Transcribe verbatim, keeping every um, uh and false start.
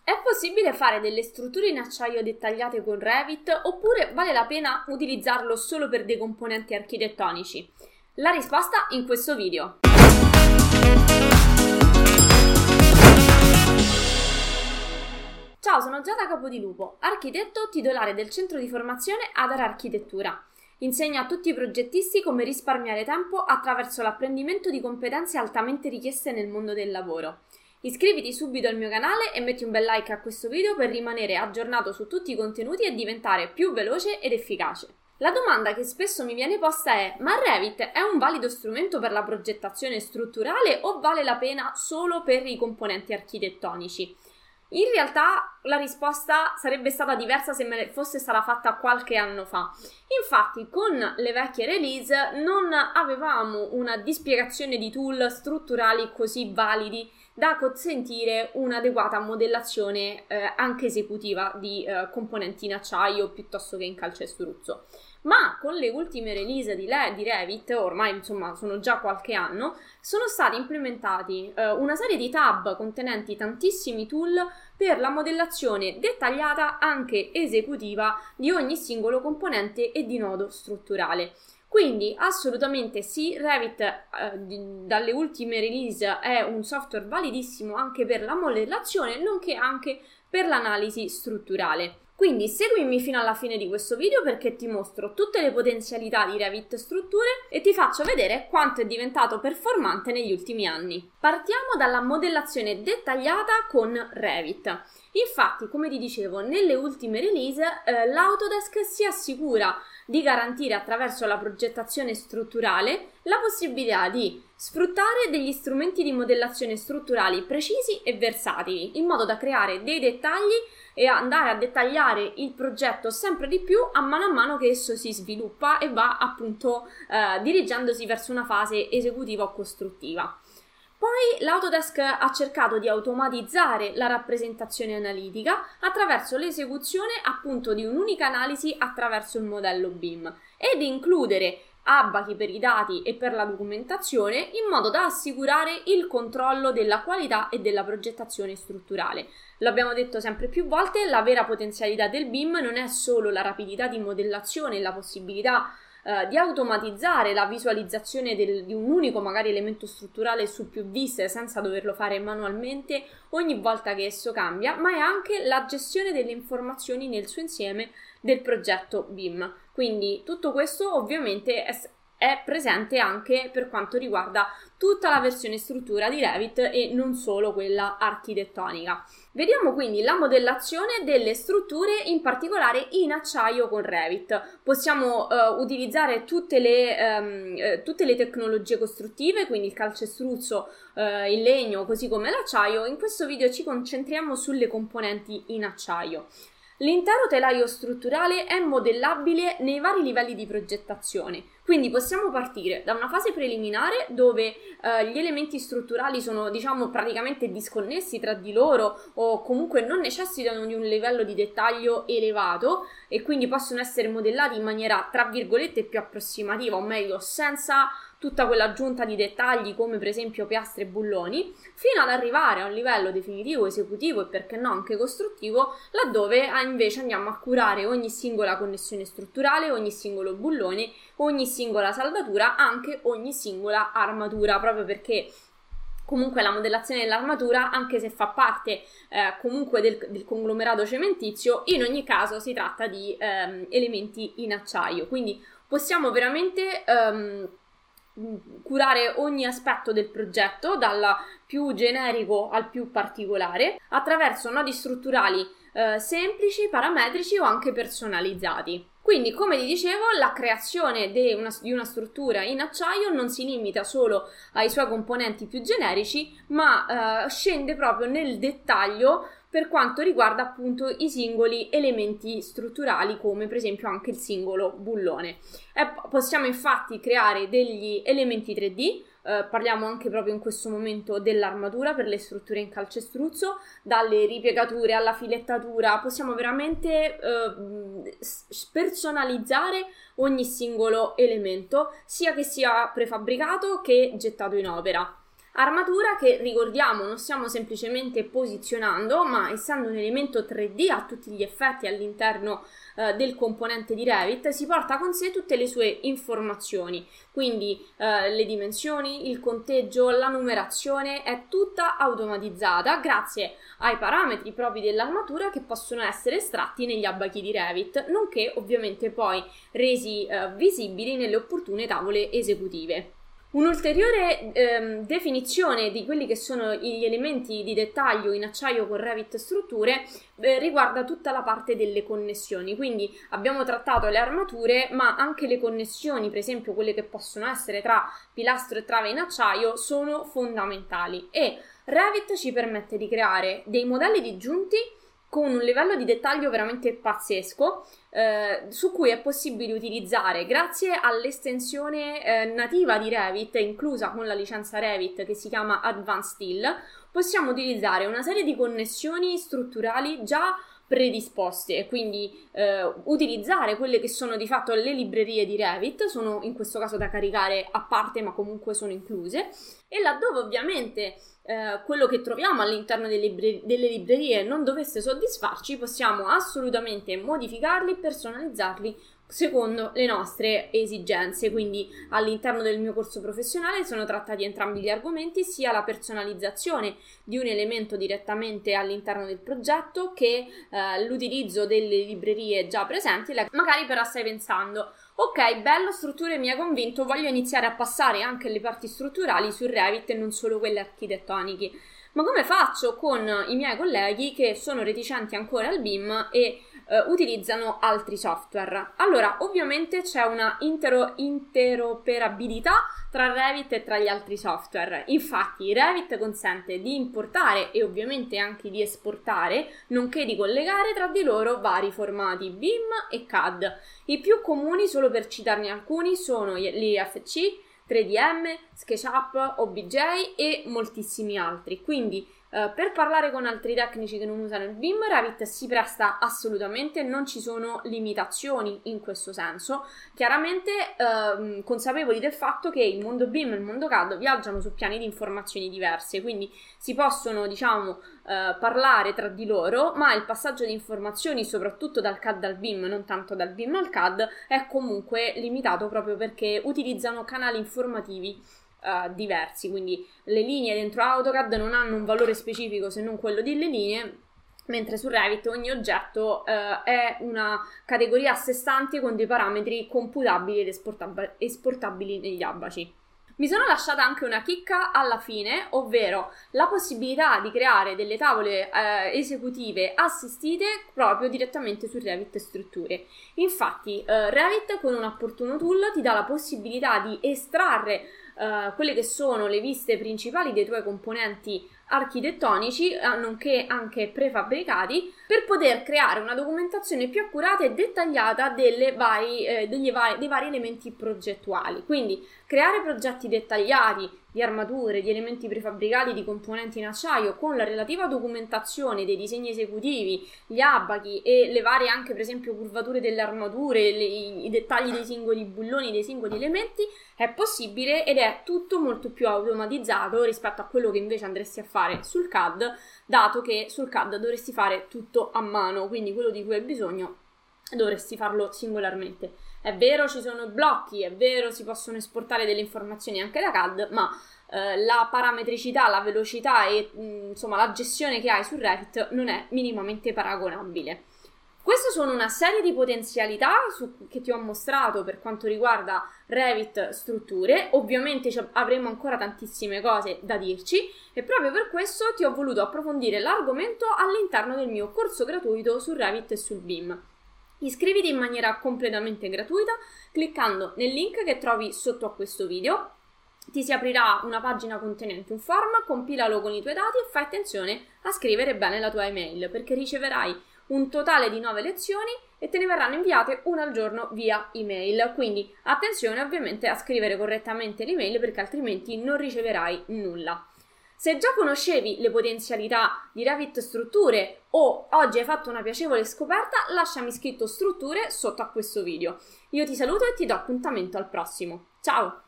È possibile fare delle strutture in acciaio dettagliate con Revit oppure vale la pena utilizzarlo solo per dei componenti architettonici? La risposta in questo video. Ciao, sono Giada Capodilupo, architetto titolare del centro di formazione Adara Architettura. Insegno a tutti i progettisti come risparmiare tempo attraverso l'apprendimento di competenze altamente richieste nel mondo del lavoro. Iscriviti subito al mio canale e metti un bel like a questo video per rimanere aggiornato su tutti i contenuti e diventare più veloce ed efficace. La domanda che spesso mi viene posta è: ma Revit è un valido strumento per la progettazione strutturale o vale la pena solo per i componenti architettonici? In realtà la risposta sarebbe stata diversa se me fosse stata fatta qualche anno fa. Infatti con le vecchie release non avevamo una dispiegazione di tool strutturali così validi da consentire un'adeguata modellazione eh, anche esecutiva di eh, componenti in acciaio piuttosto che in calcestruzzo. Ma con le ultime release di, Le- di Revit, ormai insomma sono già qualche anno, sono stati implementati eh, una serie di tab contenenti tantissimi tool per la modellazione dettagliata anche esecutiva di ogni singolo componente e di nodo strutturale. Quindi assolutamente sì, Revit eh, di, dalle ultime release è un software validissimo anche per la modellazione, nonché anche per l'analisi strutturale. Quindi seguimi fino alla fine di questo video perché ti mostro tutte le potenzialità di Revit Strutture e ti faccio vedere quanto è diventato performante negli ultimi anni. Partiamo dalla modellazione dettagliata con Revit. Infatti, come ti dicevo, nelle ultime release eh, l'Autodesk si assicura di garantire attraverso la progettazione strutturale la possibilità di sfruttare degli strumenti di modellazione strutturali precisi e versatili, in modo da creare dei dettagli e andare a dettagliare il progetto sempre di più a mano a mano che esso si sviluppa e va appunto eh, dirigendosi verso una fase esecutiva o costruttiva. Poi l'Autodesk ha cercato di automatizzare la rappresentazione analitica attraverso l'esecuzione appunto di un'unica analisi attraverso il modello B I M e di includere abachi per i dati e per la documentazione in modo da assicurare il controllo della qualità e della progettazione strutturale. L'abbiamo detto sempre più volte, la vera potenzialità del B I M non è solo la rapidità di modellazione e la possibilità eh, di automatizzare la visualizzazione del, di un unico magari elemento strutturale su più viste senza doverlo fare manualmente ogni volta che esso cambia, ma è anche la gestione delle informazioni nel suo insieme del progetto B I M. Quindi tutto questo ovviamente è, è presente anche per quanto riguarda tutta la versione struttura di Revit e non solo quella architettonica. Vediamo quindi la modellazione delle strutture, in particolare in acciaio con Revit. Possiamo uh, utilizzare tutte le, um, tutte le tecnologie costruttive, quindi il calcestruzzo, uh, il legno, così come l'acciaio. In questo video ci concentriamo sulle componenti in acciaio. L'intero telaio strutturale è modellabile nei vari livelli di progettazione, quindi possiamo partire da una fase preliminare dove eh, gli elementi strutturali sono, diciamo, praticamente disconnessi tra di loro o comunque non necessitano di un livello di dettaglio elevato e quindi possono essere modellati in maniera, tra virgolette, più approssimativa, o meglio, senza tutta quell'aggiunta di dettagli come per esempio piastre e bulloni, fino ad arrivare a un livello definitivo, esecutivo e perché no anche costruttivo, laddove invece andiamo a curare ogni singola connessione strutturale, ogni singolo bullone, ogni singola saldatura, anche ogni singola armatura, proprio perché comunque la modellazione dell'armatura, anche se fa parte eh, comunque del, del conglomerato cementizio, in ogni caso si tratta di ehm, elementi in acciaio, quindi possiamo veramente ehm, curare ogni aspetto del progetto, dal più generico al più particolare, attraverso nodi strutturali eh, semplici, parametrici o anche personalizzati. Quindi, come ti dicevo, la creazione di una, di una struttura in acciaio non si limita solo ai suoi componenti più generici, ma eh, scende proprio nel dettaglio per quanto riguarda appunto i singoli elementi strutturali, come per esempio anche il singolo bullone. E possiamo infatti creare degli elementi tre D, eh, parliamo anche proprio in questo momento dell'armatura per le strutture in calcestruzzo, dalle ripiegature alla filettatura, possiamo veramente eh, personalizzare ogni singolo elemento, sia che sia prefabbricato che gettato in opera. Armatura che, ricordiamo, non stiamo semplicemente posizionando, ma essendo un elemento tre D a tutti gli effetti all'interno eh, del componente di Revit, si porta con sé tutte le sue informazioni, quindi eh, le dimensioni, il conteggio, la numerazione, è tutta automatizzata grazie ai parametri propri dell'armatura che possono essere estratti negli abachi di Revit, nonché ovviamente poi resi eh, visibili nelle opportune tavole esecutive. Un'ulteriore ehm, definizione di quelli che sono gli elementi di dettaglio in acciaio con Revit Strutture eh, riguarda tutta la parte delle connessioni, quindi abbiamo trattato le armature, ma anche le connessioni, per esempio quelle che possono essere tra pilastro e trave in acciaio, sono fondamentali e Revit ci permette di creare dei modelli disgiunti con un livello di dettaglio veramente pazzesco, eh, su cui è possibile utilizzare, grazie all'estensione eh, nativa di Revit, inclusa con la licenza Revit che si chiama Advanced Steel, possiamo utilizzare una serie di connessioni strutturali già predisposte, quindi eh, utilizzare quelle che sono di fatto le librerie di Revit, sono in questo caso da caricare a parte ma comunque sono incluse, e laddove ovviamente eh, quello che troviamo all'interno delle, libre- delle librerie non dovesse soddisfarci, possiamo assolutamente modificarli, personalizzarli secondo le nostre esigenze. Quindi all'interno del mio corso professionale sono trattati entrambi gli argomenti, sia la personalizzazione di un elemento direttamente all'interno del progetto che eh, l'utilizzo delle librerie già presenti. Magari però stai pensando: ok, bello, strutture mi ha convinto, voglio iniziare a passare anche le parti strutturali su Revit e non solo quelle architettoniche. Ma come faccio con i miei colleghi che sono reticenti ancora al B I M e Uh, utilizzano altri software? Allora, ovviamente c'è una intero- interoperabilità tra Revit e tra gli altri software. Infatti Revit consente di importare e ovviamente anche di esportare, nonché di collegare tra di loro vari formati B I M e C A D. I più comuni, solo per citarne alcuni, sono l'I F C, tre D M, SketchUp, O B J e moltissimi altri. Quindi Uh, per parlare con altri tecnici che non usano il B I M, Revit si presta assolutamente, non ci sono limitazioni in questo senso. Chiaramente uh, consapevoli del fatto che il mondo B I M e il mondo C A D viaggiano su piani di informazioni diverse, quindi si possono, diciamo, uh, parlare tra di loro, ma il passaggio di informazioni, soprattutto dal C A D al B I M, non tanto dal B I M al C A D, è comunque limitato proprio perché utilizzano canali informativi Uh, diversi, quindi le linee dentro AutoCAD non hanno un valore specifico se non quello delle linee, mentre su Revit ogni oggetto uh, è una categoria a sé stante con dei parametri computabili ed esportab- esportabili negli abaci. Mi sono lasciata anche una chicca alla fine, ovvero la possibilità di creare delle tavole eh, esecutive assistite proprio direttamente su Revit Strutture. Infatti eh, Revit con un opportuno tool ti dà la possibilità di estrarre Uh, quelle che sono le viste principali dei tuoi componenti architettonici, uh, nonché anche prefabbricati, per poter creare una documentazione più accurata e dettagliata delle vari, eh, degli vari, dei vari elementi progettuali. Quindi creare progetti dettagliati di armature, di elementi prefabbricati, di componenti in acciaio con la relativa documentazione dei disegni esecutivi, gli abachi e le varie anche per esempio curvature delle armature, le, i dettagli dei singoli bulloni, dei singoli elementi, è possibile ed è tutto molto più automatizzato rispetto a quello che invece andresti a fare sul C A D, dato che sul C A D dovresti fare tutto a mano, quindi quello di cui hai bisogno dovresti farlo singolarmente. È vero, ci sono blocchi, è vero, si possono esportare delle informazioni anche da C A D, ma eh, la parametricità, la velocità e mh, insomma la gestione che hai su Revit non è minimamente paragonabile. Queste sono una serie di potenzialità su, che ti ho mostrato per quanto riguarda Revit Strutture. Ovviamente avremo ancora tantissime cose da dirci e proprio per questo ti ho voluto approfondire l'argomento all'interno del mio corso gratuito su Revit e sul B I M. Iscriviti in maniera completamente gratuita cliccando nel link che trovi sotto a questo video. Ti si aprirà una pagina contenente un form, compilalo con i tuoi dati e fai attenzione a scrivere bene la tua email, perché riceverai un totale di nove lezioni e te ne verranno inviate una al giorno via email. Quindi attenzione ovviamente a scrivere correttamente l'email, perché altrimenti non riceverai nulla. Se già conoscevi le potenzialità di Revit Strutture o oggi hai fatto una piacevole scoperta, lasciami scritto strutture sotto a questo video. Io ti saluto e ti do appuntamento al prossimo. Ciao!